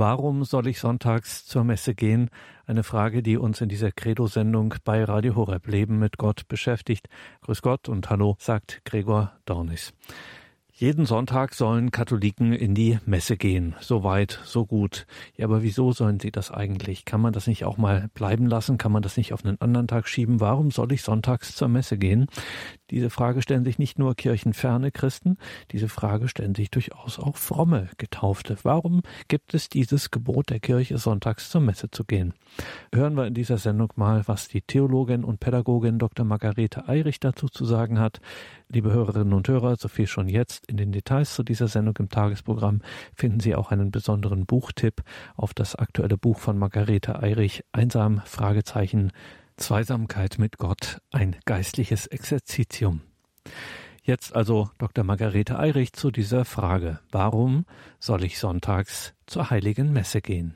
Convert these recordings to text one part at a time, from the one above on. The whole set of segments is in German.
Warum soll ich sonntags zur Messe gehen? Eine Frage, die uns in dieser Credo-Sendung bei Radio Horeb Leben mit Gott beschäftigt. Grüß Gott und hallo, sagt Gregor Dornis. Jeden Sonntag sollen Katholiken in die Messe gehen. So weit, so gut. Ja, aber wieso sollen sie das eigentlich? Kann man das nicht auch mal bleiben lassen? Kann man das nicht auf einen anderen Tag schieben? Warum soll ich sonntags zur Messe gehen? Diese Frage stellen sich nicht nur kirchenferne Christen, diese Frage stellen sich durchaus auch fromme Getaufte. Warum gibt es dieses Gebot der Kirche, sonntags zur Messe zu gehen? Hören wir in dieser Sendung mal, was die Theologin und Pädagogin Dr. Margarete Eirich dazu zu sagen hat. Liebe Hörerinnen und Hörer, so viel schon jetzt. In den Details zu dieser Sendung im Tagesprogramm finden Sie auch einen besonderen Buchtipp auf das aktuelle Buch von Margarete Eirich, Einsam, Fragezeichen, Zweisamkeit mit Gott, ein geistliches Exerzitium. Jetzt also Dr. Margarete Eirich zu dieser Frage. Warum soll ich sonntags zur Heiligen Messe gehen?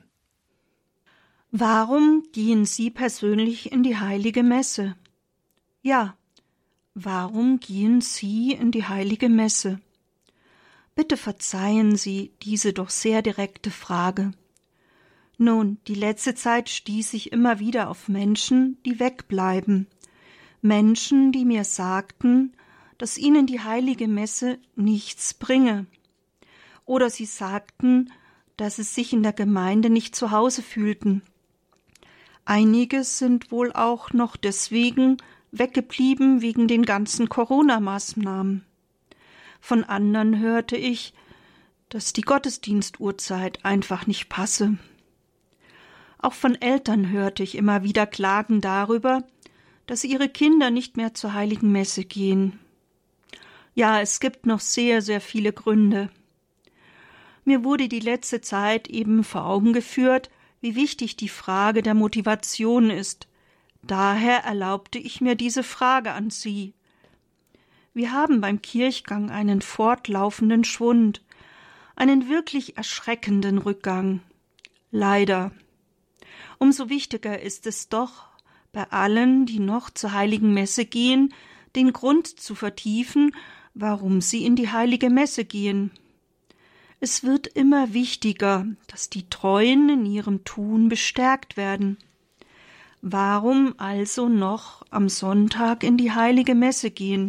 Warum gehen Sie persönlich in die Heilige Messe? Ja, warum gehen Sie in die Heilige Messe? Bitte verzeihen Sie diese doch sehr direkte Frage. Nun, die letzte Zeit stieß ich immer wieder auf Menschen, die wegbleiben. Menschen, die mir sagten, dass ihnen die Heilige Messe nichts bringe. Oder sie sagten, dass sie sich in der Gemeinde nicht zu Hause fühlten. Einige sind wohl auch noch deswegen weggeblieben wegen den ganzen Corona-Maßnahmen. Von anderen hörte ich, dass die Gottesdienstuhrzeit einfach nicht passe. Auch von Eltern hörte ich immer wieder Klagen darüber, dass ihre Kinder nicht mehr zur Heiligen Messe gehen. Ja, es gibt noch sehr, sehr viele Gründe. Mir wurde die letzte Zeit eben vor Augen geführt, wie wichtig die Frage der Motivation ist. Daher erlaubte ich mir diese Frage an Sie. Wir haben beim Kirchgang einen fortlaufenden Schwund, einen wirklich erschreckenden Rückgang. Leider. Umso wichtiger ist es doch, bei allen, die noch zur Heiligen Messe gehen, den Grund zu vertiefen, warum sie in die Heilige Messe gehen. Es wird immer wichtiger, dass die Treuen in ihrem Tun bestärkt werden. Warum also noch am Sonntag in die Heilige Messe gehen?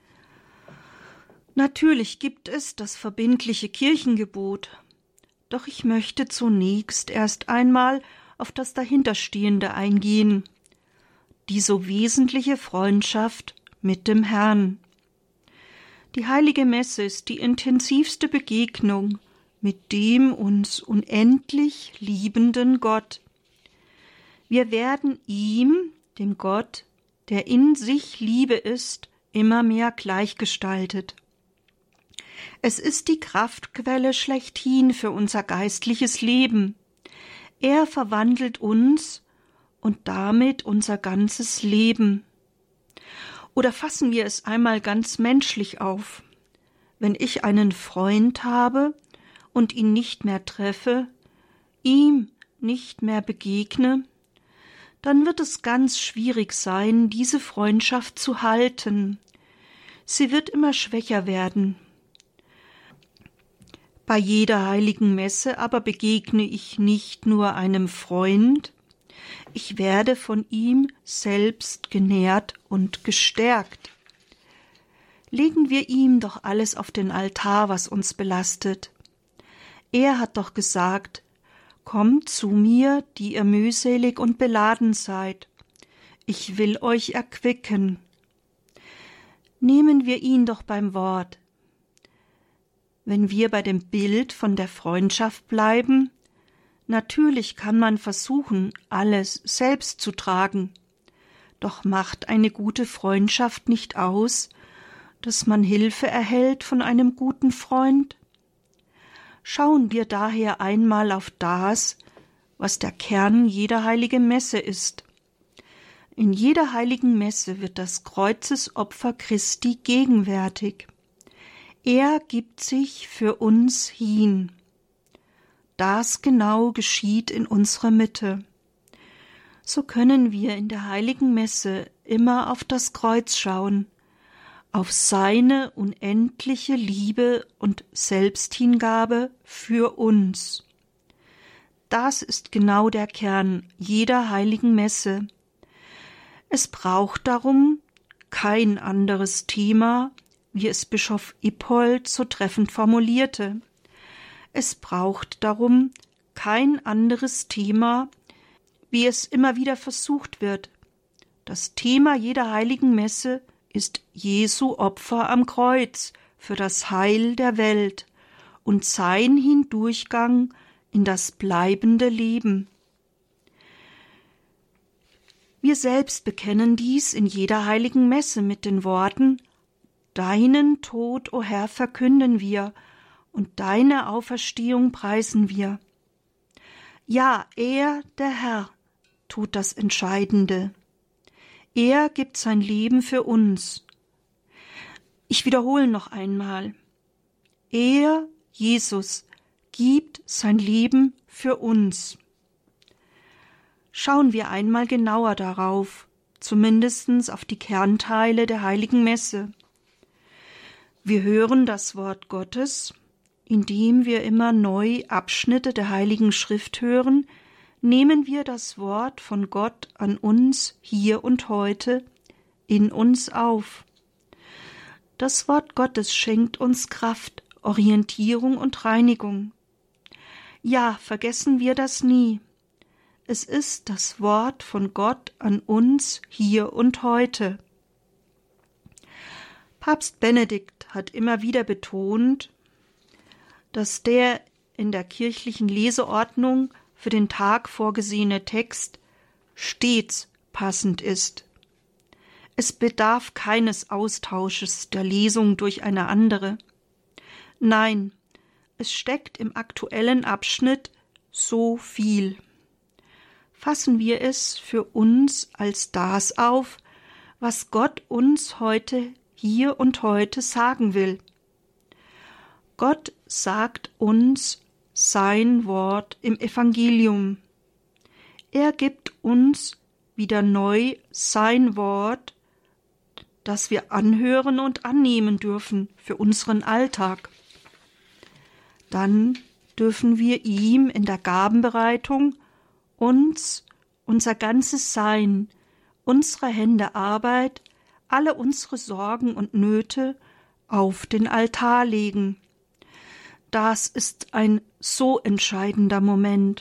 Natürlich gibt es das verbindliche Kirchengebot, doch ich möchte zunächst erst einmal auf das Dahinterstehende eingehen, die so wesentliche Freundschaft mit dem Herrn. Die Heilige Messe ist die intensivste Begegnung mit dem uns unendlich liebenden Gott. Wir werden ihm, dem Gott, der in sich Liebe ist, immer mehr gleichgestaltet. Es ist die Kraftquelle schlechthin für unser geistliches Leben. Er verwandelt uns und damit unser ganzes Leben. Oder fassen wir es einmal ganz menschlich auf. Wenn ich einen Freund habe und ihn nicht mehr treffe, ihm nicht mehr begegne, dann wird es ganz schwierig sein, diese Freundschaft zu halten. Sie wird immer schwächer werden. Bei jeder heiligen Messe aber begegne ich nicht nur einem Freund, ich werde von ihm selbst genährt und gestärkt. Legen wir ihm doch alles auf den Altar, was uns belastet. Er hat doch gesagt, kommt zu mir, die ihr mühselig und beladen seid. Ich will euch erquicken. Nehmen wir ihn doch beim Wort. Wenn wir bei dem Bild von der Freundschaft bleiben, natürlich kann man versuchen, alles selbst zu tragen. Doch macht eine gute Freundschaft nicht aus, dass man Hilfe erhält von einem guten Freund? Schauen wir daher einmal auf das, was der Kern jeder heiligen Messe ist. In jeder heiligen Messe wird das Kreuzesopfer Christi gegenwärtig. Er gibt sich für uns hin. Das genau geschieht in unserer Mitte. So können wir in der heiligen Messe immer auf das Kreuz schauen, auf seine unendliche Liebe und Selbsthingabe für uns. Das ist genau der Kern jeder heiligen Messe. Es braucht darum kein anderes Thema, wie es Bischof Ippold so treffend formulierte. Es braucht darum kein anderes Thema, wie es immer wieder versucht wird. Das Thema jeder heiligen Messe ist Jesu Opfer am Kreuz für das Heil der Welt und sein Hindurchgang in das bleibende Leben. Wir selbst bekennen dies in jeder heiligen Messe mit den Worten: Deinen Tod, o Herr, verkünden wir, und deine Auferstehung preisen wir. Ja, er, der Herr, tut das Entscheidende. Er gibt sein Leben für uns. Ich wiederhole noch einmal. Er, Jesus, gibt sein Leben für uns. Schauen wir einmal genauer darauf, zumindest auf die Kernteile der heiligen Messe. Wir hören das Wort Gottes, indem wir immer neu Abschnitte der Heiligen Schrift hören, nehmen wir das Wort von Gott an uns hier und heute in uns auf. Das Wort Gottes schenkt uns Kraft, Orientierung und Reinigung. Ja, vergessen wir das nie. Es ist das Wort von Gott an uns hier und heute. Papst Benedikt hat immer wieder betont, dass der in der kirchlichen Leseordnung für den Tag vorgesehene Text stets passend ist. Es bedarf keines Austausches der Lesung durch eine andere. Nein, es steckt im aktuellen Abschnitt so viel. Fassen wir es für uns als das auf, was Gott uns heute, hier und heute sagen will. Gott sagt uns sein Wort im Evangelium. Er gibt uns wieder neu sein Wort, das wir anhören und annehmen dürfen für unseren Alltag. Dann dürfen wir ihm in der Gabenbereitung uns, unser ganzes Sein, unsere Hände Arbeit, alle unsere Sorgen und Nöte auf den Altar legen. Das ist ein so entscheidender Moment.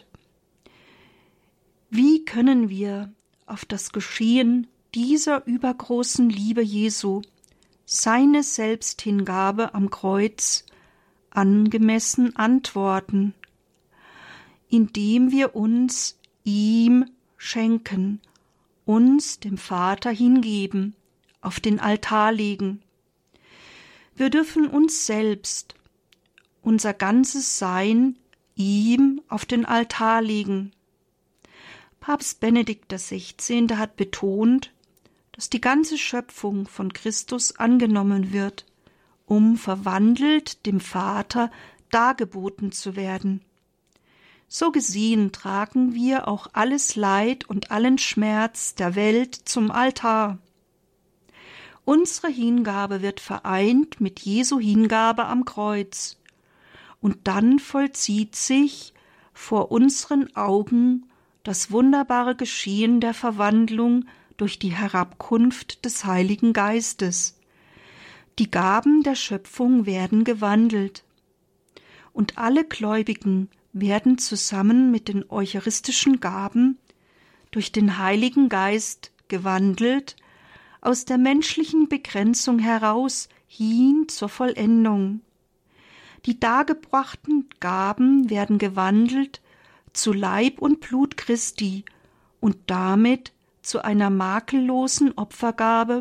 Wie können wir auf das Geschehen dieser übergroßen Liebe Jesu, seine Selbsthingabe am Kreuz, angemessen antworten? Indem wir uns ihm schenken, uns dem Vater hingeben, auf den Altar legen. Wir dürfen uns selbst, unser ganzes Sein, ihm auf den Altar legen. Papst Benedikt XVI. Hat betont, dass die ganze Schöpfung von Christus angenommen wird, um verwandelt dem Vater dargeboten zu werden. So gesehen tragen wir auch alles Leid und allen Schmerz der Welt zum Altar. Unsere Hingabe wird vereint mit Jesu Hingabe am Kreuz, und dann vollzieht sich vor unseren Augen das wunderbare Geschehen der Verwandlung durch die Herabkunft des Heiligen Geistes. Die Gaben der Schöpfung werden gewandelt, und alle Gläubigen werden zusammen mit den eucharistischen Gaben durch den Heiligen Geist gewandelt, aus der menschlichen Begrenzung heraus hin zur Vollendung. Die dargebrachten Gaben werden gewandelt zu Leib und Blut Christi und damit zu einer makellosen Opfergabe.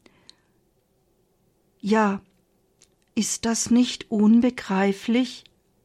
Ja, ist das nicht unbegreiflich?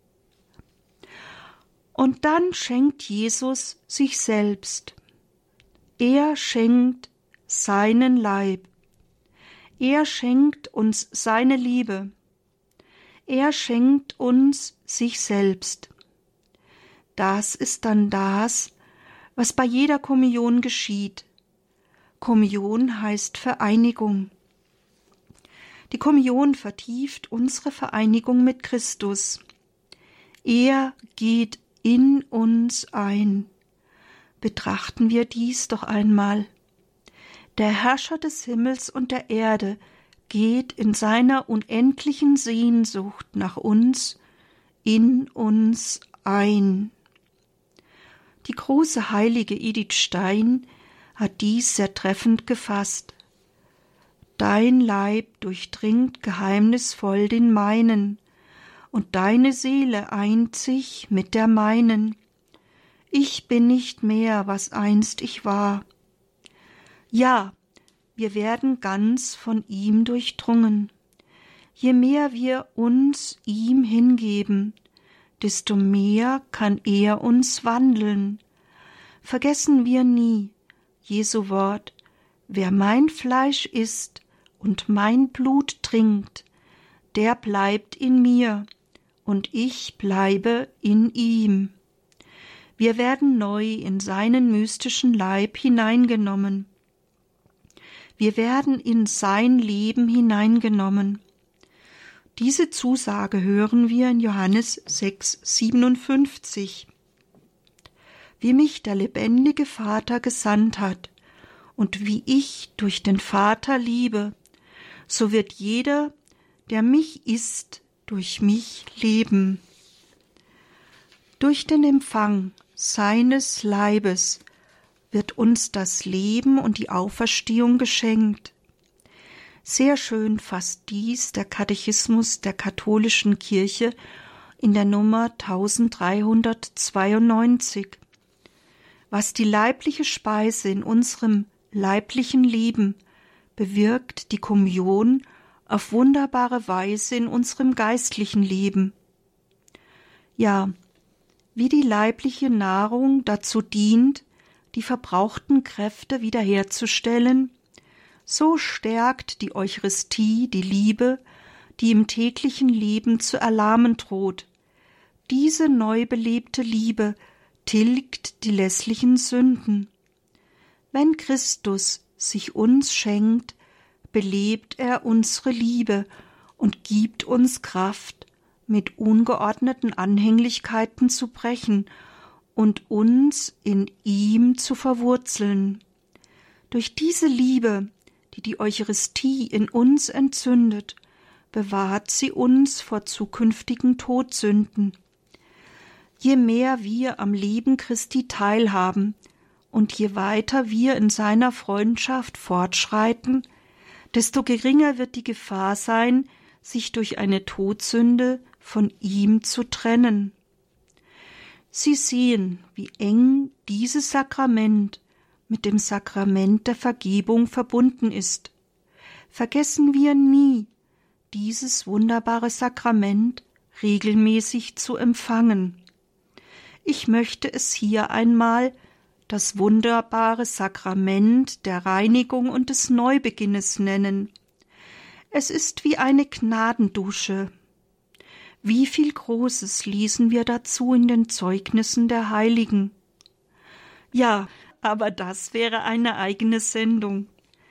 Und dann schenkt Jesus sich selbst. Er schenkt seinen Leib. Er schenkt uns seine Liebe. Er schenkt uns sich selbst. Das ist dann das, was bei jeder Kommunion geschieht. Kommunion heißt Vereinigung. Die Kommunion vertieft unsere Vereinigung mit Christus. Er geht in uns ein. Betrachten wir dies doch einmal. Der Herrscher des Himmels und der Erde geht in seiner unendlichen Sehnsucht nach uns, in uns ein. Die große heilige Edith Stein hat dies sehr treffend gefasst. Dein Leib durchdringt geheimnisvoll den meinen, und deine Seele eint sich mit der meinen. Ich bin nicht mehr, was einst ich war. Ja, wir werden ganz von ihm durchdrungen. Je mehr wir uns ihm hingeben, desto mehr kann er uns wandeln. Vergessen wir nie Jesu Wort: Wer mein Fleisch isst und mein Blut trinkt, der bleibt in mir und ich bleibe in ihm. Wir werden neu in seinen mystischen Leib hineingenommen. Wir werden in sein Leben hineingenommen. Diese Zusage hören wir in Johannes 6,57. Wie mich der lebendige Vater gesandt hat und wie ich durch den Vater liebe, so wird jeder, der mich isst, durch mich leben. Durch den Empfang seines Leibes wird uns das Leben und die Auferstehung geschenkt. Sehr schön fasst dies der Katechismus der katholischen Kirche in der Nummer 1392. Was die leibliche Speise in unserem leiblichen Leben bewirkt die Kommunion auf wunderbare Weise in unserem geistlichen Leben. Ja, wie die leibliche Nahrung dazu dient, die verbrauchten Kräfte wiederherzustellen, so stärkt die Eucharistie die Liebe, die im täglichen Leben zu erlahmen droht. Diese neu belebte Liebe tilgt die lässlichen Sünden. Wenn Christus sich uns schenkt, belebt er unsere Liebe und gibt uns Kraft, mit ungeordneten Anhänglichkeiten zu brechen und uns in ihm zu verwurzeln. Durch diese Liebe, die die Eucharistie in uns entzündet, bewahrt sie uns vor zukünftigen Todsünden. Je mehr wir am Leben Christi teilhaben und je weiter wir in seiner Freundschaft fortschreiten, desto geringer wird die Gefahr sein, sich durch eine Todsünde von ihm zu trennen. Sie sehen, wie eng dieses Sakrament mit dem Sakrament der Vergebung verbunden ist. Vergessen wir nie, dieses wunderbare Sakrament regelmäßig zu empfangen. Ich möchte es hier einmal das wunderbare Sakrament der Reinigung und des Neubeginnes nennen. Es ist wie eine Gnadendusche. Wie viel Großes lesen wir dazu in den Zeugnissen der Heiligen. Ja, aber das wäre eine eigene Sendung.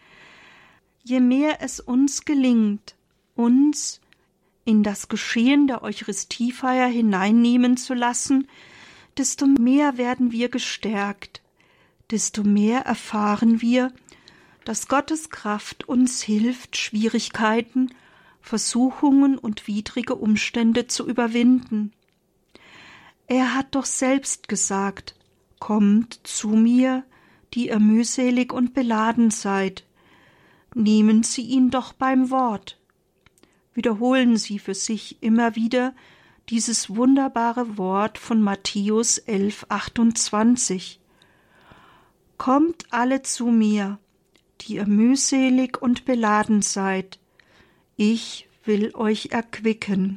Je mehr es uns gelingt, uns in das Geschehen der Eucharistiefeier hineinnehmen zu lassen, desto mehr werden wir gestärkt, desto mehr erfahren wir, dass Gottes Kraft uns hilft, Schwierigkeiten, Versuchungen und widrige Umstände zu überwinden. Er hat doch selbst gesagt: Kommt zu mir, die ihr mühselig und beladen seid. Nehmen Sie ihn doch beim Wort. Wiederholen Sie für sich immer wieder dieses wunderbare Wort von Matthäus 11,28. Kommt alle zu mir, die ihr mühselig und beladen seid. Ich will euch erquicken.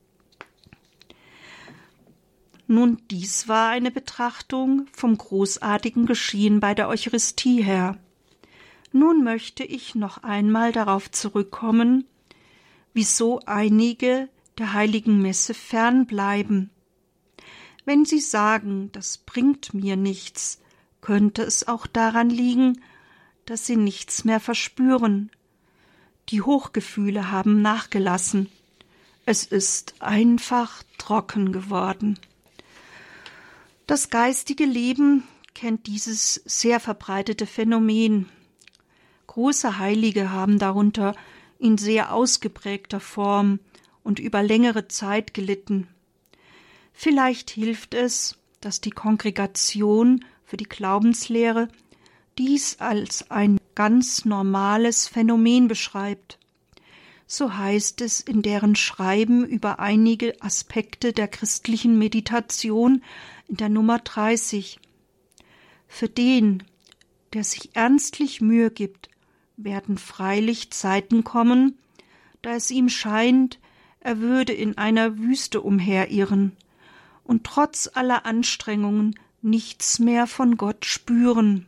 Nun, dies war eine Betrachtung vom großartigen Geschehen bei der Eucharistie her. Nun möchte ich noch einmal darauf zurückkommen, wieso einige der heiligen Messe fernbleiben. Wenn sie sagen, das bringt mir nichts, könnte es auch daran liegen, dass sie nichts mehr verspüren. Die Hochgefühle haben nachgelassen. Es ist einfach trocken geworden. Das geistige Leben kennt dieses sehr verbreitete Phänomen. Große Heilige haben darunter in sehr ausgeprägter Form und über längere Zeit gelitten. Vielleicht hilft es, dass die Kongregation für die Glaubenslehre dies als ein ganz normales Phänomen beschreibt. So heißt es in deren Schreiben über einige Aspekte der christlichen Meditation in der Nummer 30. Für den, der sich ernstlich Mühe gibt, werden freilich Zeiten kommen, da es ihm scheint, er würde in einer Wüste umherirren und trotz aller Anstrengungen nichts mehr von Gott spüren.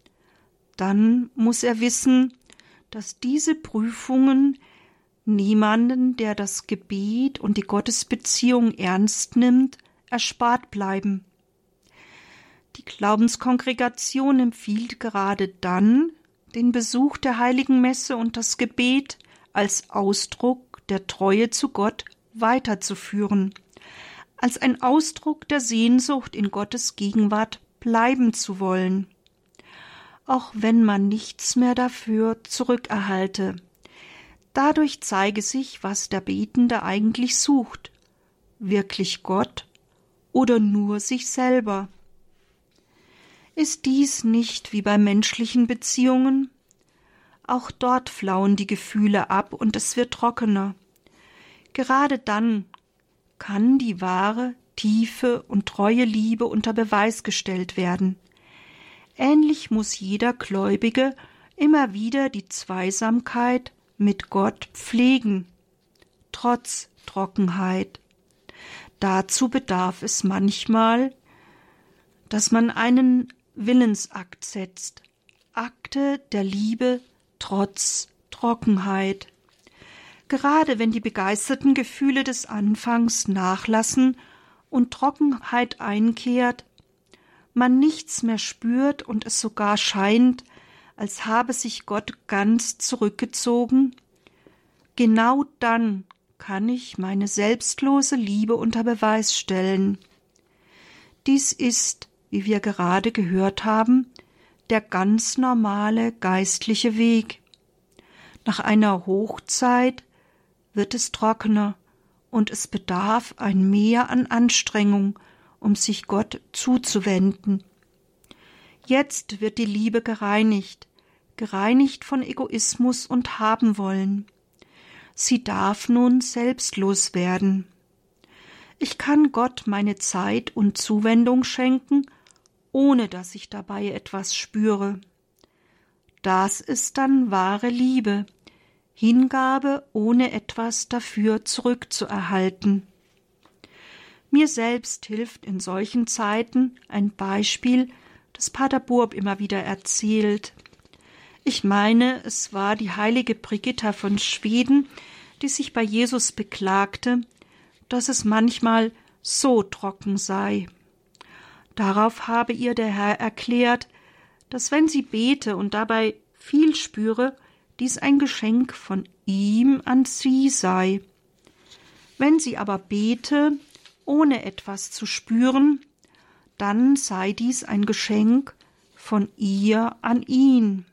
Dann muss er wissen, dass diese Prüfungen niemanden, der das Gebet und die Gottesbeziehung ernst nimmt, erspart bleiben. Die Glaubenskongregation empfiehlt gerade dann den Besuch der Heiligen Messe und das Gebet als Ausdruck der Treue zu Gott weiterzuführen, als ein Ausdruck der Sehnsucht, in Gottes Gegenwart bleiben zu wollen, auch wenn man nichts mehr dafür zurückerhalte. Dadurch zeige sich, was der Betende eigentlich sucht, wirklich Gott oder nur sich selber. Ist dies nicht wie bei menschlichen Beziehungen? Auch dort flauen die Gefühle ab und es wird trockener. Gerade dann kann die wahre, tiefe und treue Liebe unter Beweis gestellt werden. Ähnlich muss jeder Gläubige immer wieder die Zweisamkeit mit Gott pflegen, trotz Trockenheit. Dazu bedarf es manchmal, dass man einen Willensakt setzt, Akte der Liebe trotz Trockenheit. Gerade wenn die begeisterten Gefühle des Anfangs nachlassen und Trockenheit einkehrt, man nichts mehr spürt und es sogar scheint, als habe sich Gott ganz zurückgezogen, genau dann kann ich meine selbstlose Liebe unter Beweis stellen. Dies ist, wie wir gerade gehört haben, der ganz normale geistliche Weg. Nach einer Hochzeit wird es trockener und es bedarf ein Mehr an Anstrengung, um sich Gott zuzuwenden. Jetzt wird die Liebe gereinigt von Egoismus und Habenwollen. Sie darf nun selbstlos werden. Ich kann Gott meine Zeit und Zuwendung schenken, ohne dass ich dabei etwas spüre. Das ist dann wahre Liebe, Hingabe, ohne etwas dafür zurückzuerhalten. Mir selbst hilft in solchen Zeiten ein Beispiel, das Pater Burb immer wieder erzählt. Ich meine, es war die heilige Brigitta von Schweden, die sich bei Jesus beklagte, dass es manchmal so trocken sei. Darauf habe ihr der Herr erklärt, dass wenn sie bete und dabei viel spüre, dies ein Geschenk von ihm an sie sei. Wenn sie aber bete, ohne etwas zu spüren, dann sei dies ein Geschenk von ihr an ihn.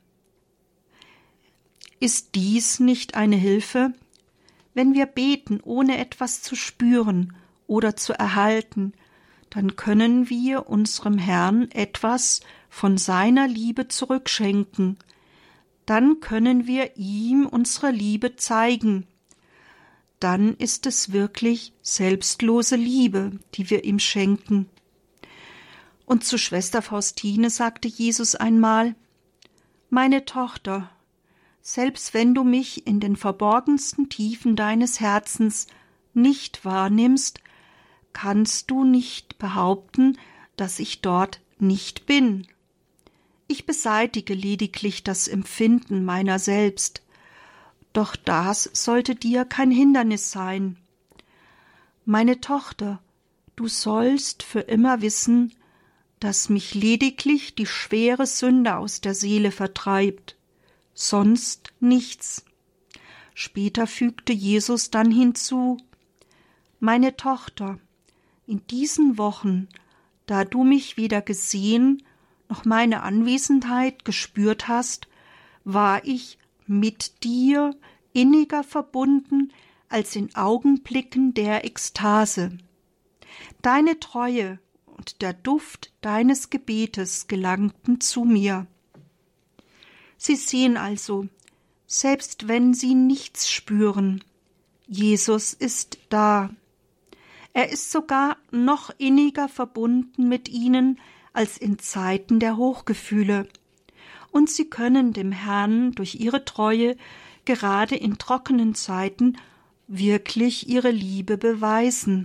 Ist dies nicht eine Hilfe? Wenn wir beten, ohne etwas zu spüren oder zu erhalten, dann können wir unserem Herrn etwas von seiner Liebe zurückschenken. Dann können wir ihm unsere Liebe zeigen. Dann ist es wirklich selbstlose Liebe, die wir ihm schenken. Und zu Schwester Faustine sagte Jesus einmal: Meine Tochter, selbst wenn du mich in den verborgensten Tiefen deines Herzens nicht wahrnimmst, kannst du nicht behaupten, dass ich dort nicht bin. Ich beseitige lediglich das Empfinden meiner selbst, doch das sollte dir kein Hindernis sein. Meine Tochter, du sollst für immer wissen, dass mich lediglich die schwere Sünde aus der Seele vertreibt, sonst nichts. Später fügte Jesus dann hinzu: Meine Tochter, in diesen Wochen, da du mich weder gesehen noch meine Anwesenheit gespürt hast, war ich mit dir inniger verbunden als in Augenblicken der Ekstase. Deine Treue und der Duft deines Gebetes gelangten zu mir. Sie sehen also, selbst wenn sie nichts spüren, Jesus ist da. Er ist sogar noch inniger verbunden mit ihnen als in Zeiten der Hochgefühle. Und sie können dem Herrn durch ihre Treue gerade in trockenen Zeiten wirklich ihre Liebe beweisen.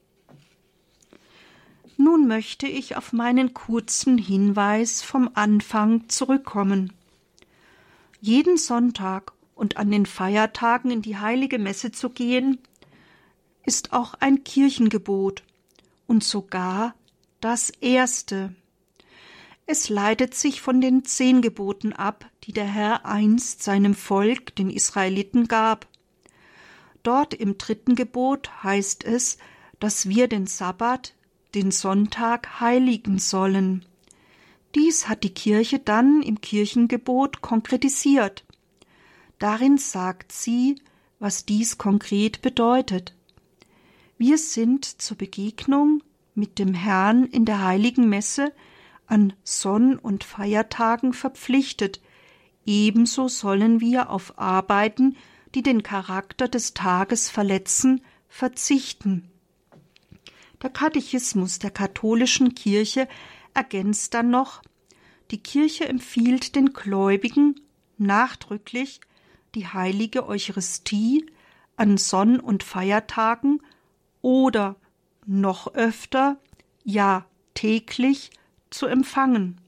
Nun möchte ich auf meinen kurzen Hinweis vom Anfang zurückkommen. Jeden Sonntag und an den Feiertagen in die heilige Messe zu gehen, ist auch ein Kirchengebot und sogar das erste. Es leitet sich von den 10 Geboten ab, die der Herr einst seinem Volk, den Israeliten, gab. Dort im 3. Gebot heißt es, dass wir den Sabbat, den Sonntag, heiligen sollen. Dies hat die Kirche dann im Kirchengebot konkretisiert. Darin sagt sie, was dies konkret bedeutet. Wir sind zur Begegnung mit dem Herrn in der heiligen Messe an Sonn- und Feiertagen verpflichtet. Ebenso sollen wir auf Arbeiten, die den Charakter des Tages verletzen, verzichten. Der Katechismus der katholischen Kirche ergänzt dann noch: Die Kirche empfiehlt den Gläubigen nachdrücklich, die heilige Eucharistie an Sonn- und Feiertagen oder noch öfter, ja täglich, zu empfangen.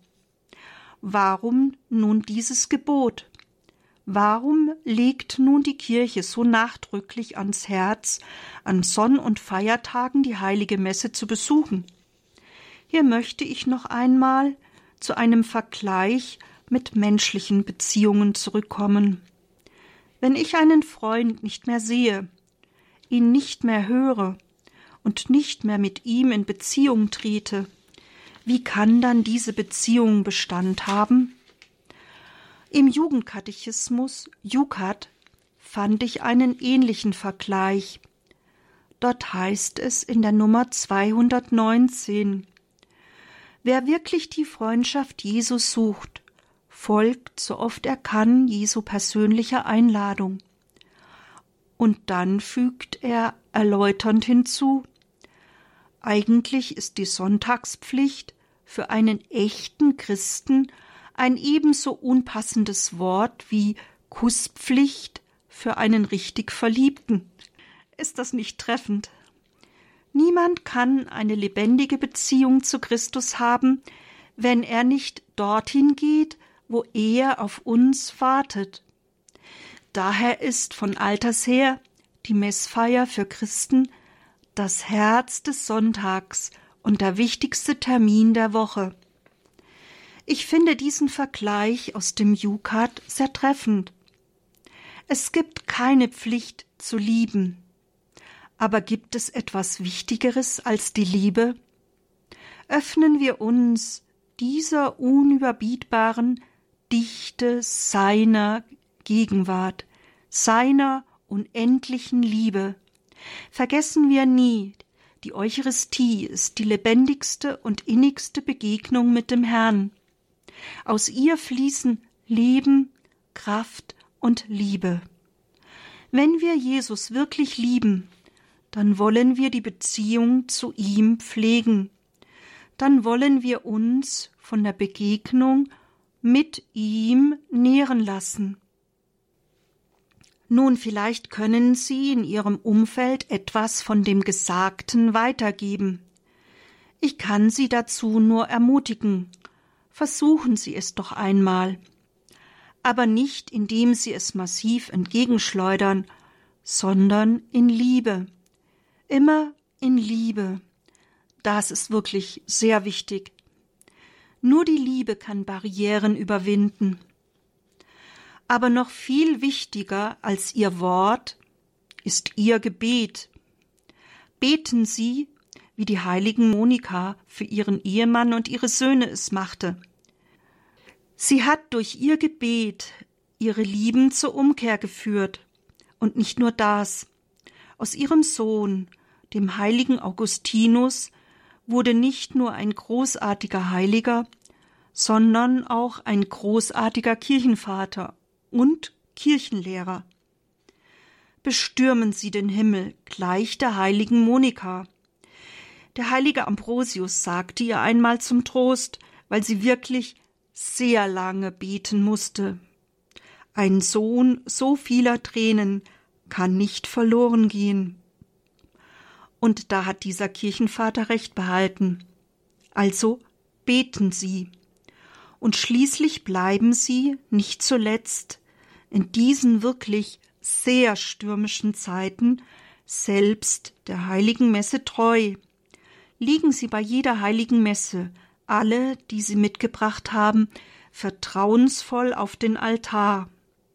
Warum nun dieses Gebot? Warum legt nun die Kirche so nachdrücklich ans Herz, an Sonn- und Feiertagen die heilige Messe zu besuchen? Hier möchte ich noch einmal zu einem Vergleich mit menschlichen Beziehungen zurückkommen. Wenn ich einen Freund nicht mehr sehe, ihn nicht mehr höre und nicht mehr mit ihm in Beziehung trete, wie kann dann diese Beziehung Bestand haben? Im Jugendkatechismus Jukat fand ich einen ähnlichen Vergleich. Dort heißt es in der Nummer 219: Wer wirklich die Freundschaft Jesu sucht, folgt, so oft er kann, Jesu persönlicher Einladung. Und dann fügt er erläuternd hinzu: Eigentlich ist die Sonntagspflicht für einen echten Christen ein ebenso unpassendes Wort wie Kusspflicht für einen richtig Verliebten. Ist das nicht treffend? Niemand kann eine lebendige Beziehung zu Christus haben, wenn er nicht dorthin geht, wo er auf uns wartet. Daher ist von alters her die Messfeier für Christen das Herz des Sonntags und der wichtigste Termin der Woche. Ich finde diesen Vergleich aus dem Jukat sehr treffend. Es gibt keine Pflicht zu lieben. Aber gibt es etwas Wichtigeres als die Liebe? Öffnen wir uns dieser unüberbietbaren Dichte seiner Gegenwart, seiner unendlichen Liebe. Vergessen wir nie, die Eucharistie ist die lebendigste und innigste Begegnung mit dem Herrn. Aus ihr fließen Leben, Kraft und Liebe. Wenn wir Jesus wirklich lieben, dann wollen wir die Beziehung zu ihm pflegen. Dann wollen wir uns von der Begegnung mit ihm nähren lassen. Nun, vielleicht können Sie in Ihrem Umfeld etwas von dem Gesagten weitergeben. Ich kann Sie dazu nur ermutigen. Versuchen Sie es doch einmal. Aber nicht, indem Sie es massiv entgegenschleudern, sondern in Liebe. Immer in Liebe. Das ist wirklich sehr wichtig. Nur die Liebe kann Barrieren überwinden. Aber noch viel wichtiger als Ihr Wort ist Ihr Gebet. Beten Sie, wie die heiligen Monika für ihren Ehemann und ihre Söhne es machte. Sie hat durch ihr Gebet ihre Lieben zur Umkehr geführt. Und nicht nur das. Aus ihrem Sohn, dem heiligen Augustinus, wurde nicht nur ein großartiger Heiliger, sondern auch ein großartiger Kirchenvater und Kirchenlehrer. Bestürmen Sie den Himmel, gleich der heiligen Monika. Der heilige Ambrosius sagte ihr einmal zum Trost, weil sie wirklich sehr lange beten musste: Ein Sohn so vieler Tränen kann nicht verloren gehen. Und da hat dieser Kirchenvater recht behalten. Also beten Sie. Und schließlich bleiben Sie, nicht zuletzt, in diesen wirklich sehr stürmischen Zeiten selbst der heiligen Messe treu. Liegen Sie bei jeder heiligen Messe, alle, die Sie mitgebracht haben, vertrauensvoll auf den Altar.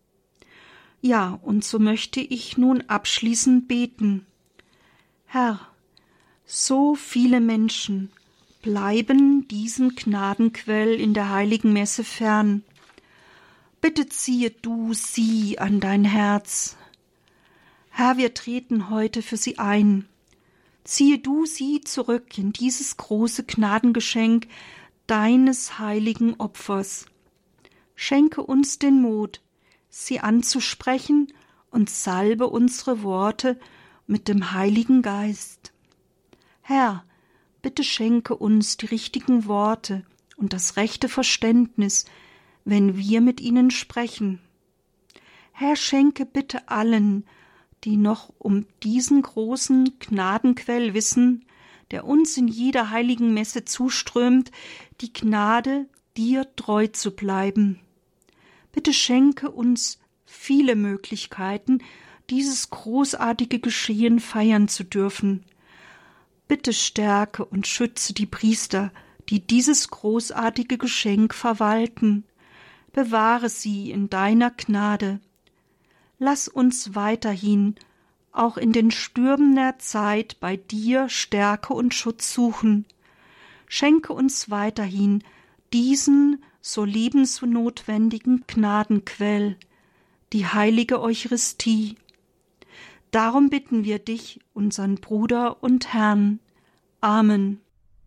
Ja, und so möchte ich nun abschließend beten. Herr, so viele Menschen bleiben diesem Gnadenquell in der heiligen Messe fern. Bitte ziehe du sie an dein Herz. Herr, wir treten heute für sie ein. Ziehe du sie zurück in dieses große Gnadengeschenk deines heiligen Opfers. Schenke uns den Mut, sie anzusprechen, und salbe unsere Worte mit dem Heiligen Geist. Herr, bitte schenke uns die richtigen Worte und das rechte Verständnis, wenn wir mit ihnen sprechen. Herr, schenke bitte allen, die noch um diesen großen Gnadenquell wissen, der uns in jeder heiligen Messe zuströmt, die Gnade, dir treu zu bleiben. Bitte schenke uns viele Möglichkeiten, dieses großartige Geschehen feiern zu dürfen. Bitte stärke und schütze die Priester, die dieses großartige Geschenk verwalten. Bewahre sie in deiner Gnade. Lass uns weiterhin, auch in den Stürmen der Zeit, bei dir Stärke und Schutz suchen. Schenke uns weiterhin diesen so lebensnotwendigen Gnadenquell, die heilige Eucharistie. Darum bitten wir dich, unseren Bruder und Herrn. Amen.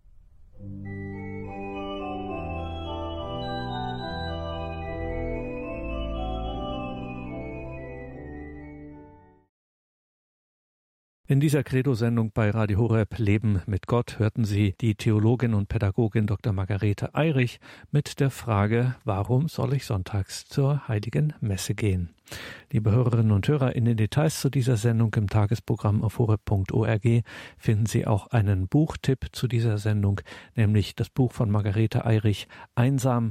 In dieser Credo-Sendung bei Radio Horeb Leben mit Gott hörten Sie die Theologin und Pädagogin Dr. Margarete Eirich mit der Frage, warum soll ich sonntags zur Heiligen Messe gehen? Liebe Hörerinnen und Hörer, in den Details zu dieser Sendung im Tagesprogramm auf horeb.org finden Sie auch einen Buchtipp zu dieser Sendung, nämlich das Buch von Margarete Eirich, Einsam,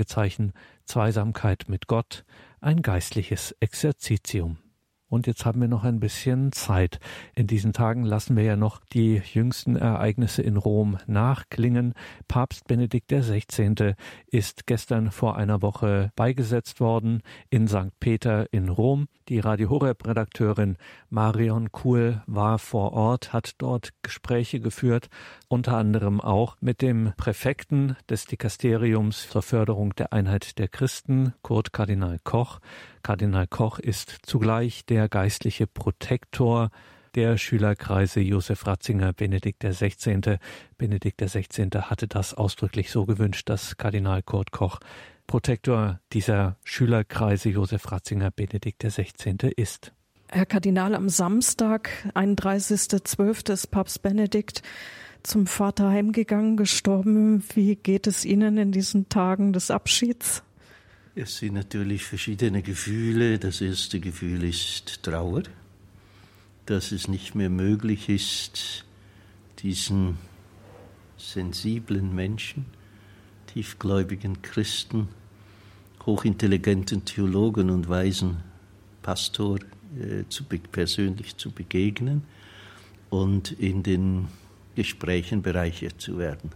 Zweisamkeit mit Gott, ein geistliches Exerzitium. Und jetzt haben wir noch ein bisschen Zeit. In diesen Tagen lassen wir ja noch die jüngsten Ereignisse in Rom nachklingen. Papst Benedikt XVI. Ist gestern vor einer Woche beigesetzt worden in St. Peter in Rom. Die Radio Horeb-Redakteurin Marion Kuhl war vor Ort, hat dort Gespräche geführt, unter anderem auch mit dem Präfekten des Dikasteriums zur Förderung der Einheit der Christen, Kurt Kardinal Koch. Kardinal Koch ist zugleich der geistliche Protektor der Schülerkreise Josef Ratzinger Benedikt XVI. Benedikt XVI. Hatte das ausdrücklich so gewünscht, dass Kardinal Kurt Koch Protektor dieser Schülerkreise Josef Ratzinger Benedikt XVI. Ist. Herr Kardinal, am Samstag, 31.12. ist Papst Benedikt zum Vater heimgegangen, gestorben. Wie geht es Ihnen in diesen Tagen des Abschieds? Es sind natürlich verschiedene Gefühle. Das erste Gefühl ist Trauer, dass es nicht mehr möglich ist, diesen sensiblen Menschen, tiefgläubigen Christen, hochintelligenten Theologen und weisen Pastor persönlich zu begegnen und in den Gesprächen bereichert zu werden.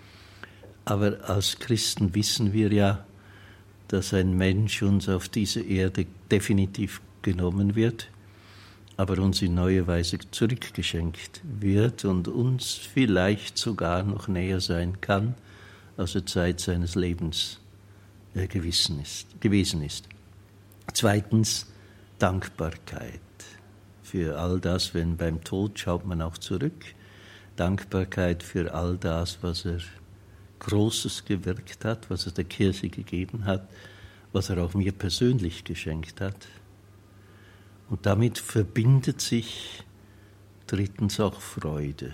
Aber als Christen wissen wir ja, dass ein Mensch uns auf diese Erde definitiv genommen wird aber uns in neuer Weise zurückgeschenkt wird und uns vielleicht sogar noch näher sein kann, als er Zeit seines Lebens gewesen ist. Zweitens, Dankbarkeit für all das, wenn beim Tod schaut man auch zurück, Dankbarkeit für all das, was er Großes gewirkt hat, was er der Kirche gegeben hat, was er auch mir persönlich geschenkt hat. Und damit verbindet sich drittens auch Freude.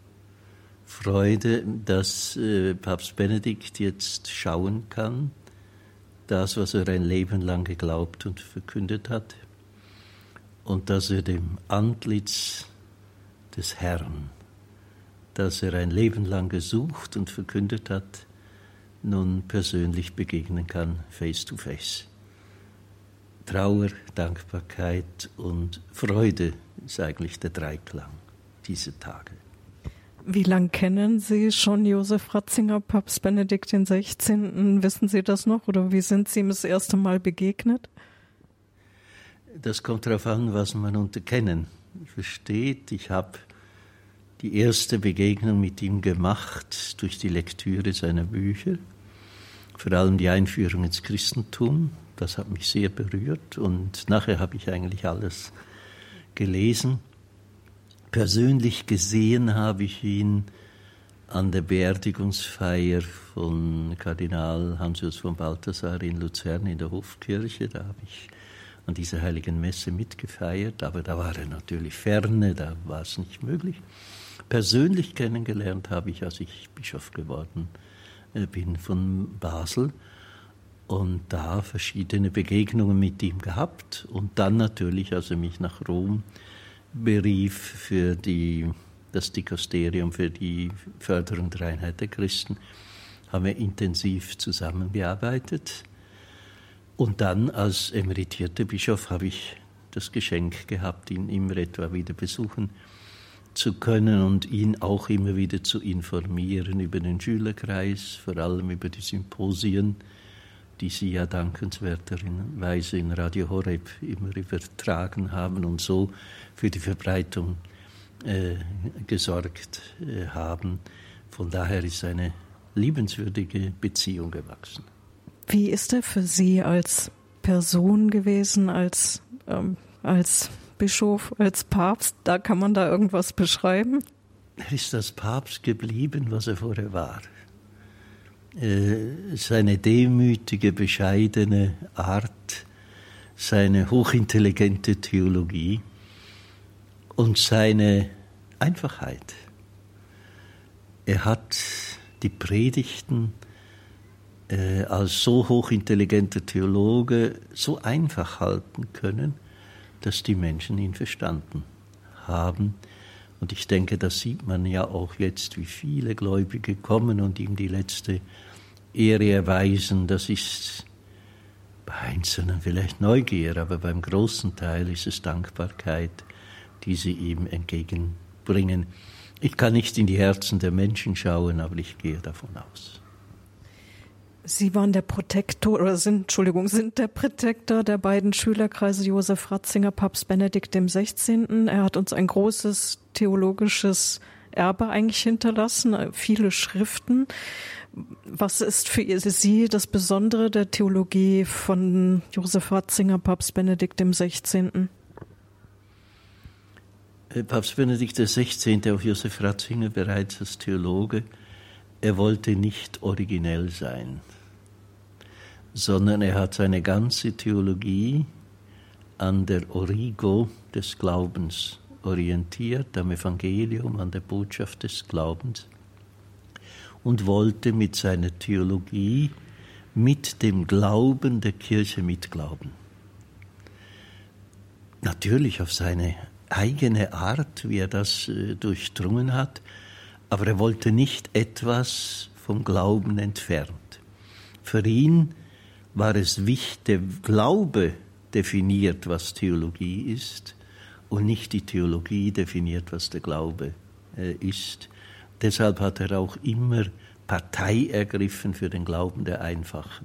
Freude, dass Papst Benedikt jetzt schauen kann, das, was er ein Leben lang geglaubt und verkündet hat, und dass er dem Antlitz des Herrn, das er ein Leben lang gesucht und verkündet hat, nun persönlich begegnen kann, face to face. Trauer, Dankbarkeit und Freude ist eigentlich der Dreiklang dieser Tage. Wie lange kennen Sie schon Josef Ratzinger, Papst Benedikt XVI.? Wissen Sie das noch oder wie sind Sie ihm das erste Mal begegnet? Das kommt darauf an, was man unter Kennen versteht. Ich habe die erste Begegnung mit ihm gemacht durch die Lektüre seiner Bücher, vor allem die Einführung ins Christentum. Das hat mich sehr berührt und nachher habe ich eigentlich alles gelesen. Persönlich gesehen habe ich ihn an der Beerdigungsfeier von Kardinal Hans-Urs von Balthasar in Luzern in der Hofkirche. Da habe ich an dieser heiligen Messe mitgefeiert, aber da war er natürlich ferne, da war es nicht möglich. Persönlich kennengelernt habe ich, als ich Bischof geworden bin von Basel und da verschiedene Begegnungen mit ihm gehabt und dann natürlich, als er mich nach Rom berief für das Dikasterium für die Förderung der Einheit der Christen, haben wir intensiv zusammengearbeitet. Und dann als emeritierter Bischof habe ich das Geschenk gehabt, ihn immer etwa wieder besuchen zu können und ihn auch immer wieder zu informieren über den Schülerkreis, vor allem über die Symposien, die Sie ja dankenswerterweise in Radio Horeb immer übertragen haben und so für die Verbreitung gesorgt haben. Von daher ist eine liebenswürdige Beziehung gewachsen. Wie ist er für Sie als Person gewesen, als Bischof, als Papst? Kann man da irgendwas beschreiben? Er ist als Papst geblieben, was er vorher war. Seine demütige, bescheidene Art, seine hochintelligente Theologie und seine Einfachheit. Er hat die Predigten als so hochintelligenter Theologe so einfach halten können, dass die Menschen ihn verstanden haben. Und ich denke, das sieht man ja auch jetzt, wie viele Gläubige kommen und ihm die letzte Ehre erweisen. Das ist bei Einzelnen vielleicht Neugier, aber beim großen Teil ist es Dankbarkeit, die sie ihm entgegenbringen. Ich kann nicht in die Herzen der Menschen schauen, aber ich gehe davon aus. Sie waren der Protektor oder sind der Protektor der beiden Schülerkreise Josef Ratzinger, Papst Benedikt XVI. Er hat uns ein großes theologisches Erbe eigentlich hinterlassen, viele Schriften. Was ist für Sie das Besondere der Theologie von Josef Ratzinger, Papst Benedikt XVI.? Papst Benedikt XVI., auch Josef Ratzinger bereits als Theologe, er wollte nicht originell sein, sondern er hat seine ganze Theologie an der Origo des Glaubens orientiert, am Evangelium, an der Botschaft des Glaubens und wollte mit seiner Theologie mit dem Glauben der Kirche mitglauben. Natürlich auf seine eigene Art, wie er das durchdrungen hat, aber er wollte nicht etwas vom Glauben entfernt. Für ihn war es wichtig, der Glaube definiert, was Theologie ist, und nicht die Theologie definiert, was der Glaube ist. Deshalb hat er auch immer Partei ergriffen für den Glauben der Einfachen.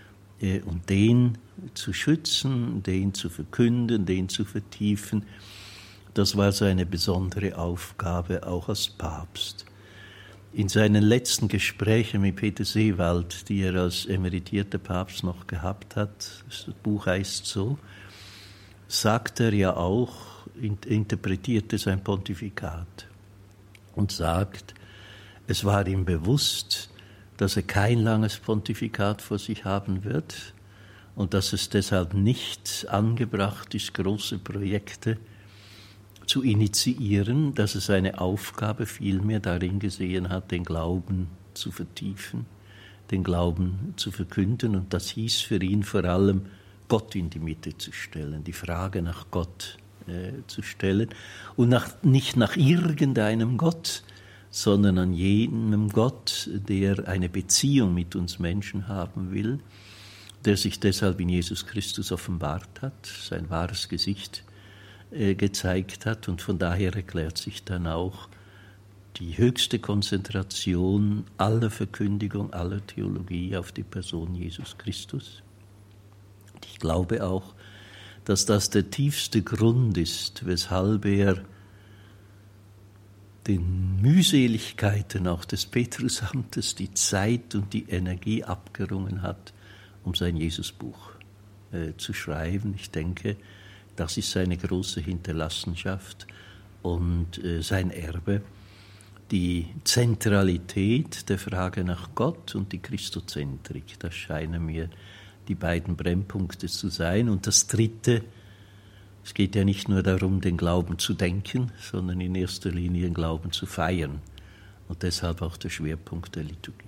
Und den zu schützen, den zu verkünden, den zu vertiefen. Das war seine besondere Aufgabe, auch als Papst. In seinen letzten Gesprächen mit Peter Seewald, die er als emeritierter Papst noch gehabt hat, das Buch heißt so, sagt er ja auch, interpretierte sein Pontifikat und sagt, es war ihm bewusst, dass er kein langes Pontifikat vor sich haben wird und dass es deshalb nicht angebracht ist, große Projekte zu initiieren, dass er seine Aufgabe vielmehr darin gesehen hat, den Glauben zu vertiefen, den Glauben zu verkünden. Und das hieß für ihn vor allem, Gott in die Mitte zu stellen, die Frage nach Gott zu stellen. Und nicht nach irgendeinem Gott, sondern an jenem Gott, der eine Beziehung mit uns Menschen haben will, der sich deshalb in Jesus Christus offenbart hat, sein wahres Gesicht gezeigt hat, und von daher erklärt sich dann auch die höchste Konzentration aller Verkündigung, aller Theologie auf die Person Jesus Christus. Ich glaube auch, dass das der tiefste Grund ist, weshalb er den Mühseligkeiten auch des Petrusamtes die Zeit und die Energie abgerungen hat, um sein Jesusbuch zu schreiben. Ich denke, das ist seine große Hinterlassenschaft und sein Erbe, die Zentralität der Frage nach Gott und die Christozentrik. Das scheinen mir die beiden Brennpunkte zu sein. Und das Dritte, es geht ja nicht nur darum, den Glauben zu denken, sondern in erster Linie den Glauben zu feiern. Und deshalb auch der Schwerpunkt der Liturgie.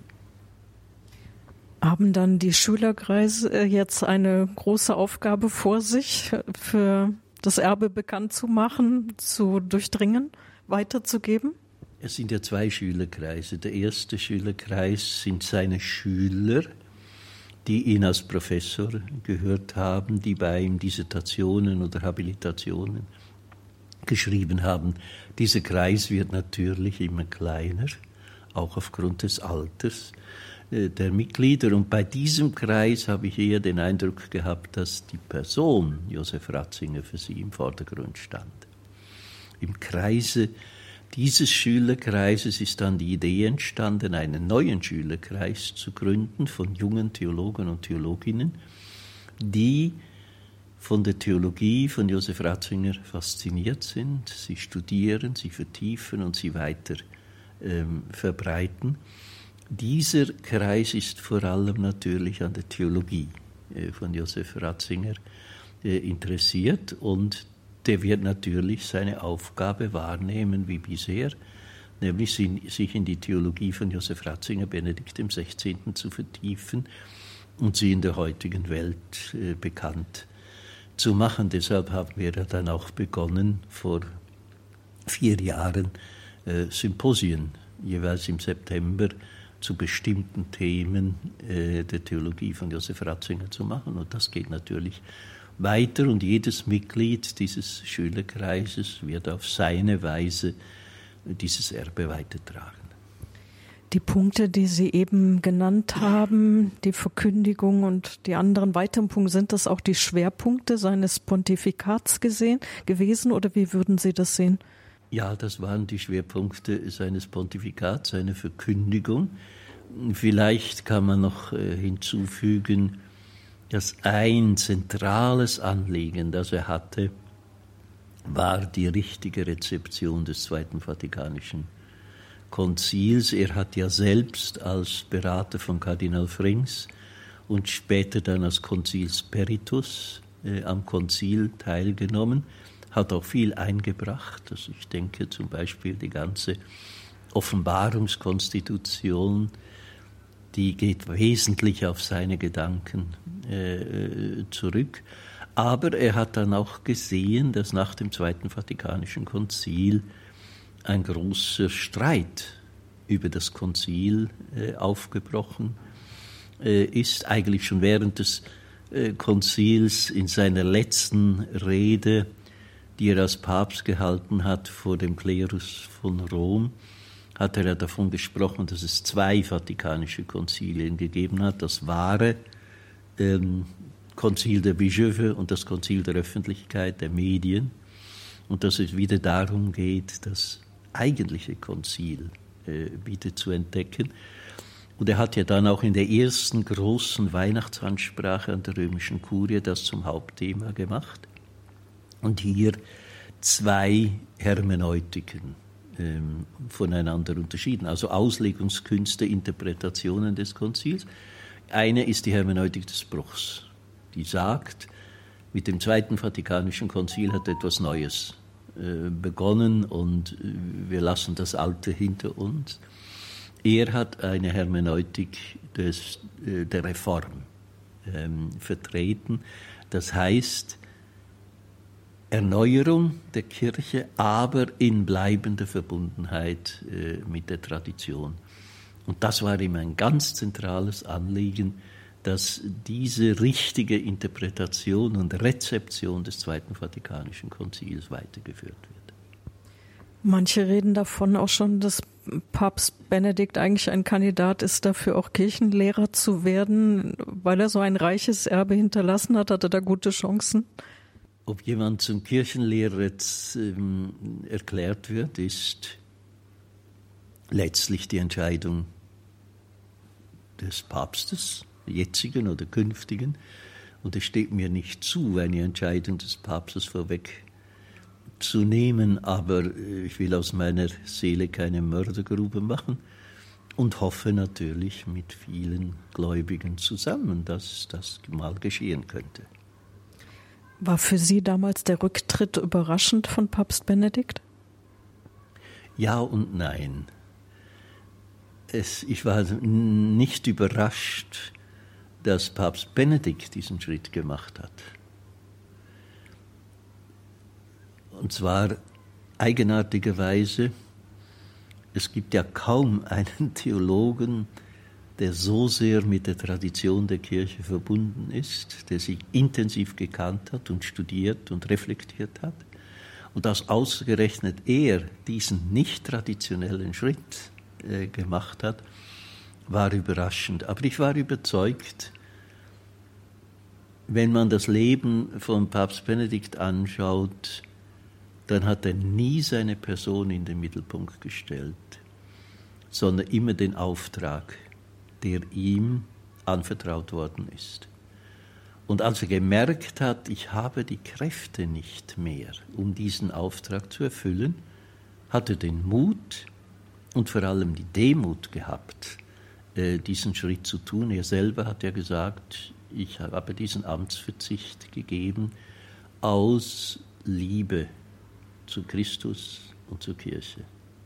Haben dann die Schülerkreise jetzt eine große Aufgabe vor sich, für das Erbe bekannt zu machen, zu durchdringen, weiterzugeben? Es sind ja zwei Schülerkreise. Der erste Schülerkreis sind seine Schüler, die ihn als Professor gehört haben, die bei ihm Dissertationen oder Habilitationen geschrieben haben. Dieser Kreis wird natürlich immer kleiner, auch aufgrund des Alters der Mitglieder. Und bei diesem Kreis habe ich eher den Eindruck gehabt, dass die Person Josef Ratzinger für sie im Vordergrund stand. Im Kreise dieses Schülerkreises ist dann die Idee entstanden, einen neuen Schülerkreis zu gründen von jungen Theologen und Theologinnen, die von der Theologie von Josef Ratzinger fasziniert sind. Sie studieren, sie vertiefen und sie weiter verbreiten. Dieser Kreis ist vor allem natürlich an der Theologie von Josef Ratzinger interessiert, und der wird natürlich seine Aufgabe wahrnehmen wie bisher, nämlich sich in die Theologie von Josef Ratzinger, Benedikt XVI., zu vertiefen und sie in der heutigen Welt bekannt zu machen. Deshalb haben wir ja dann auch begonnen, vor 4 Jahren Symposien, jeweils im September, zu bestimmten Themen der Theologie von Josef Ratzinger zu machen. Und das geht natürlich weiter, und jedes Mitglied dieses Schülerkreises wird auf seine Weise dieses Erbe weitertragen. Die Punkte, die Sie eben genannt haben, die Verkündigung und die anderen weiteren Punkte, sind das auch die Schwerpunkte seines Pontifikats gewesen, oder wie würden Sie das sehen? Ja, das waren die Schwerpunkte seines Pontifikats, seine Verkündigung. Vielleicht kann man noch hinzufügen, dass ein zentrales Anliegen, das er hatte, war die richtige Rezeption des Zweiten Vatikanischen Konzils. Er hat ja selbst als Berater von Kardinal Frings und später dann als Konzilsperitus am Konzil teilgenommen, hat auch viel eingebracht. Also ich denke zum Beispiel die ganze Offenbarungskonstitution, die geht wesentlich auf seine Gedanken zurück. Aber er hat dann auch gesehen, dass nach dem Zweiten Vatikanischen Konzil ein großer Streit über das Konzil aufgebrochen ist. Eigentlich schon während des Konzils in seiner letzten Rede, die er als Papst gehalten hat vor dem Klerus von Rom, hat er ja davon gesprochen, dass es 2 Vatikanische Konzilien gegeben hat. Das wahre Konzil der Bischöfe und das Konzil der Öffentlichkeit, der Medien. und dass es wieder darum geht, das eigentliche Konzil wieder zu entdecken. Und er hat ja dann auch in der ersten großen Weihnachtsansprache an der römischen Kurie das zum Hauptthema gemacht und hier 2 Hermeneutiken voneinander unterschieden, also Auslegungskünste, Interpretationen des Konzils. Eine ist die Hermeneutik des Bruchs, die sagt, mit dem Zweiten Vatikanischen Konzil hat etwas Neues begonnen und wir lassen das Alte hinter uns. Er hat eine Hermeneutik der Reform vertreten, das heißt Erneuerung der Kirche, aber in bleibender Verbundenheit mit der Tradition. Und das war ihm ein ganz zentrales Anliegen, dass diese richtige Interpretation und Rezeption des Zweiten Vatikanischen Konzils weitergeführt wird. Manche reden davon auch schon, dass Papst Benedikt eigentlich ein Kandidat ist, dafür auch Kirchenlehrer zu werden, weil er so ein reiches Erbe hinterlassen hat. Hat er da gute Chancen? Ob jemand zum Kirchenlehrer jetzt, erklärt wird, ist letztlich die Entscheidung des Papstes, jetzigen oder künftigen. Und es steht mir nicht zu, eine Entscheidung des Papstes vorwegzunehmen, aber ich will aus meiner Seele keine Mördergrube machen und hoffe natürlich mit vielen Gläubigen zusammen, dass das mal geschehen könnte. War für Sie damals der Rücktritt überraschend von Papst Benedikt? Ja und nein. Ich war nicht überrascht, dass Papst Benedikt diesen Schritt gemacht hat. Und zwar eigenartigerweise, es gibt ja kaum einen Theologen, der so sehr mit der Tradition der Kirche verbunden ist, der sich intensiv gekannt hat und studiert und reflektiert hat. Und dass ausgerechnet er diesen nicht traditionellen Schritt gemacht hat, war überraschend. Aber ich war überzeugt, wenn man das Leben von Papst Benedikt anschaut, dann hat er nie seine Person in den Mittelpunkt gestellt, sondern immer den Auftrag, der ihm anvertraut worden ist. Und als er gemerkt hat, ich habe die Kräfte nicht mehr, um diesen Auftrag zu erfüllen, hat er den Mut und vor allem die Demut gehabt, diesen Schritt zu tun. Er selber hat ja gesagt, ich habe diesen Amtsverzicht gegeben aus Liebe zu Christus und zur Kirche.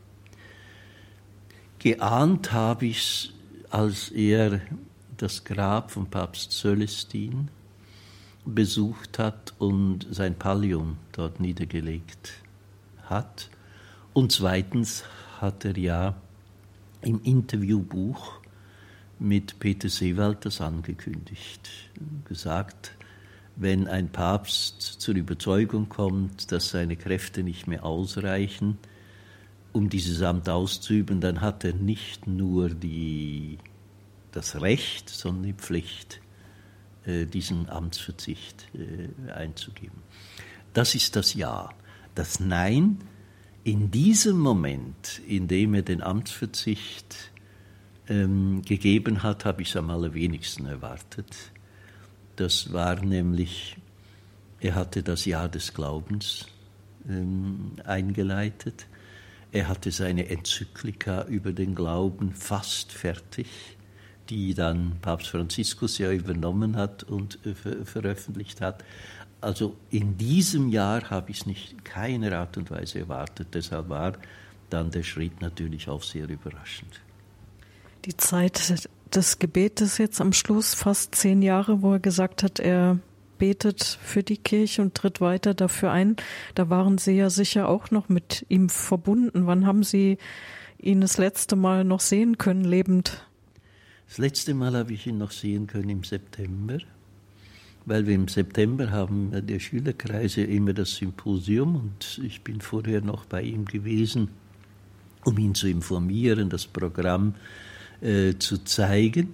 Geahnt habe ich es, als er das Grab von Papst Cölestin besucht hat und sein Pallium dort niedergelegt hat. Und zweitens hat er ja im Interviewbuch mit Peter Seewald das angekündigt, gesagt, wenn ein Papst zur Überzeugung kommt, dass seine Kräfte nicht mehr ausreichen, um dieses Amt auszuüben, dann hat er nicht nur das Recht, sondern die Pflicht, diesen Amtsverzicht einzugeben. Das ist das Ja. Das Nein, in diesem Moment, in dem er den Amtsverzicht gegeben hat, habe ich es am allerwenigsten erwartet. Das war nämlich, er hatte das Jahr des Glaubens eingeleitet. Er hatte seine Enzyklika über den Glauben fast fertig, die dann Papst Franziskus ja übernommen hat und veröffentlicht hat. Also in diesem Jahr habe ich es nicht keiner Art und Weise erwartet. Deshalb war dann der Schritt natürlich auch sehr überraschend. Die Zeit des Gebetes jetzt am Schluss, fast 10 Jahre, wo er gesagt hat, er betet für die Kirche und tritt weiter dafür ein. Da waren Sie ja sicher auch noch mit ihm verbunden. Wann haben Sie ihn das letzte Mal noch sehen können, lebend? Das letzte Mal habe ich ihn noch sehen können im September, weil wir im September haben der Schülerkreise immer das Symposium und ich bin vorher noch bei ihm gewesen, um ihn zu informieren, das Programm zu zeigen.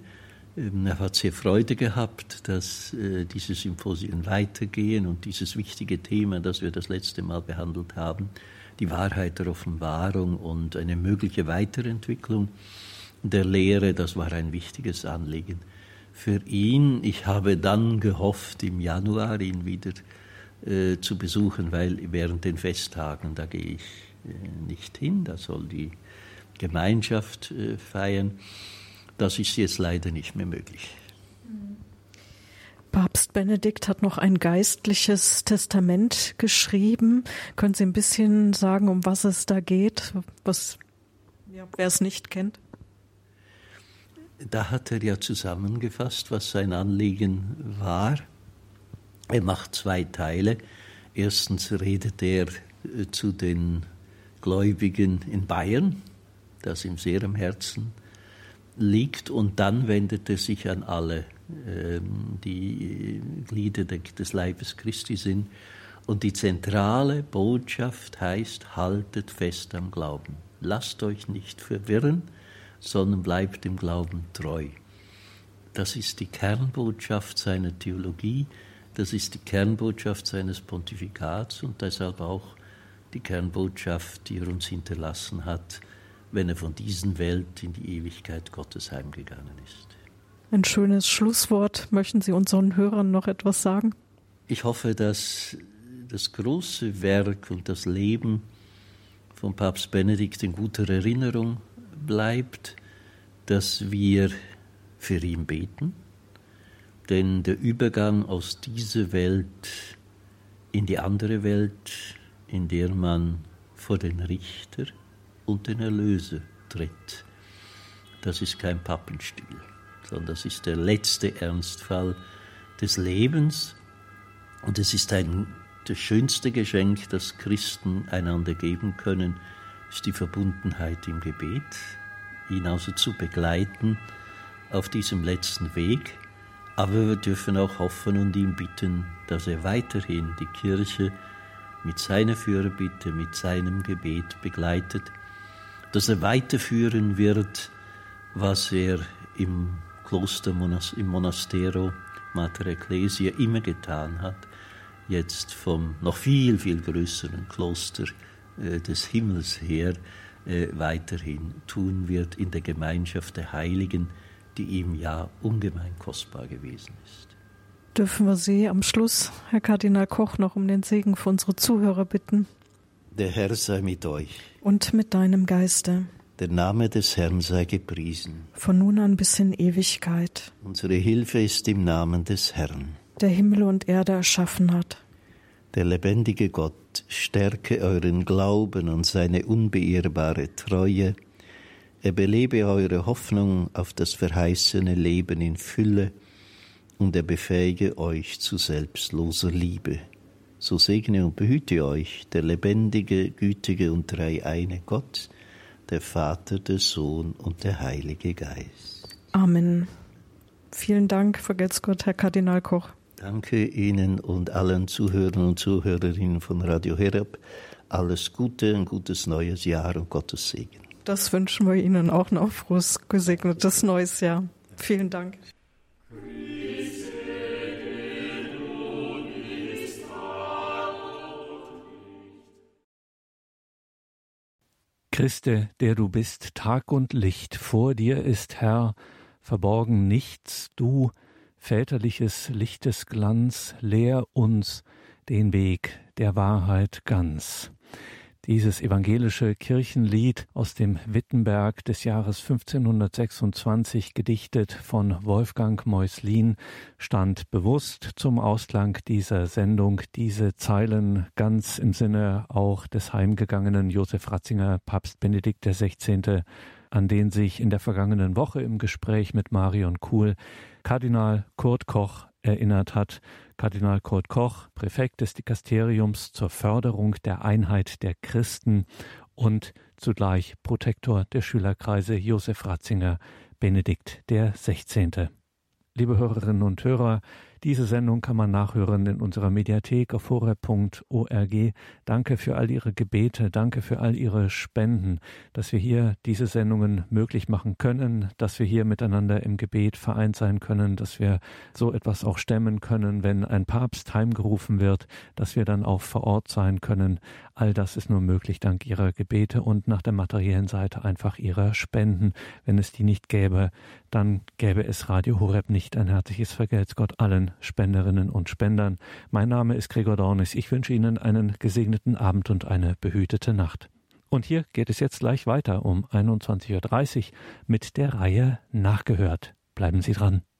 Er hat sehr Freude gehabt, dass diese Symposien weitergehen und dieses wichtige Thema, das wir das letzte Mal behandelt haben, die Wahrheit der Offenbarung und eine mögliche Weiterentwicklung der Lehre, das war ein wichtiges Anliegen für ihn. Ich habe dann gehofft, im Januar ihn wieder zu besuchen, weil während den Festtagen, da gehe ich nicht hin, da soll die Gemeinschaft feiern. Das ist jetzt leider nicht mehr möglich. Papst Benedikt hat noch ein geistliches Testament geschrieben. Können Sie ein bisschen sagen, um was es da geht, wer es nicht kennt? Da hat er ja zusammengefasst, was sein Anliegen war. Er macht 2 Teile. Erstens redet er zu den Gläubigen in Bayern, das ihm sehr am Herzen liegt, und dann wendet er sich an alle, die Glieder des Leibes Christi sind. Und die zentrale Botschaft heißt, haltet fest am Glauben. Lasst euch nicht verwirren, sondern bleibt dem Glauben treu. Das ist die Kernbotschaft seiner Theologie, das ist die Kernbotschaft seines Pontifikats und deshalb auch die Kernbotschaft, die er uns hinterlassen hat, wenn er von dieser Welt in die Ewigkeit Gottes heimgegangen ist. Ein schönes Schlusswort. Möchten Sie unseren Hörern noch etwas sagen? Ich hoffe, dass das große Werk und das Leben von Papst Benedikt in guter Erinnerung bleibt, dass wir für ihn beten, denn der Übergang aus dieser Welt in die andere Welt, in der man vor den Richter und den Erlöser tritt, das ist kein Pappenstiel, sondern das ist der letzte Ernstfall des Lebens und es ist das schönste Geschenk, das Christen einander geben können, ist die Verbundenheit im Gebet, ihn also zu begleiten auf diesem letzten Weg. Aber wir dürfen auch hoffen und ihn bitten, dass er weiterhin die Kirche mit seiner Fürbitte, mit seinem Gebet begleitet, dass er weiterführen wird, was er im Kloster, im Monastero Mater Ecclesiae immer getan hat, jetzt vom noch viel, viel größeren Kloster des Himmels her weiterhin tun wird in der Gemeinschaft der Heiligen, die ihm ja ungemein kostbar gewesen ist. Dürfen wir Sie am Schluss, Herr Kardinal Koch, noch um den Segen für unsere Zuhörer bitten? Der Herr sei mit euch. Und mit deinem Geiste. Der Name des Herrn sei gepriesen. Von nun an bis in Ewigkeit. Unsere Hilfe ist im Namen des Herrn, der Himmel und Erde erschaffen hat. Der lebendige Gott stärke euren Glauben und seine unbeirrbare Treue. Er belebe eure Hoffnung auf das verheißene Leben in Fülle und er befähige euch zu selbstloser Liebe. So segne und behüte euch der lebendige, gütige und dreieine Gott, der Vater, der Sohn und der Heilige Geist. Amen. Vielen Dank, vergelt's Gott, Herr Kardinal Koch. Danke Ihnen und allen Zuhörern und Zuhörerinnen von Radio Horeb. Alles Gute, ein gutes neues Jahr und Gottes Segen. Das wünschen wir Ihnen auch noch. Frohes, gesegnetes neues Jahr. Vielen Dank. Christe, der du bist, Tag und Licht, vor dir ist Herr, verborgen nichts, du, väterliches Lichtes Glanz, lehr uns den Weg der Wahrheit ganz. Dieses evangelische Kirchenlied aus dem Wittenberg des Jahres 1526, gedichtet von Wolfgang Meuslin, stand bewusst zum Ausklang dieser Sendung. Diese Zeilen ganz im Sinne auch des heimgegangenen Josef Ratzinger, Papst Benedikt XVI., an den sich in der vergangenen Woche im Gespräch mit Marion Kuhl Kardinal Kurt Koch erinnert hat. Kardinal Kurt Koch, Präfekt des Dikasteriums zur Förderung der Einheit der Christen und zugleich Protektor der Schülerkreise Josef Ratzinger, Benedikt XVI. Liebe Hörerinnen und Hörer, Diese Sendung kann man nachhören in unserer Mediathek auf horeb.org. Danke für all Ihre Gebete, danke für all Ihre Spenden, dass wir hier diese Sendungen möglich machen können, dass wir hier miteinander im Gebet vereint sein können, dass wir so etwas auch stemmen können, wenn ein Papst heimgerufen wird, dass wir dann auch vor Ort sein können. All das ist nur möglich dank Ihrer Gebete und nach der materiellen Seite einfach Ihrer Spenden. Wenn es die nicht gäbe, dann gäbe es Radio Horeb nicht. Ein herzliches Vergelt's Gott allen Spenderinnen und Spendern. Mein Name ist Gregor Dornis. Ich wünsche Ihnen einen gesegneten Abend und eine behütete Nacht. Und hier geht es jetzt gleich weiter um 21:30 Uhr mit der Reihe Nachgehört. Bleiben Sie dran.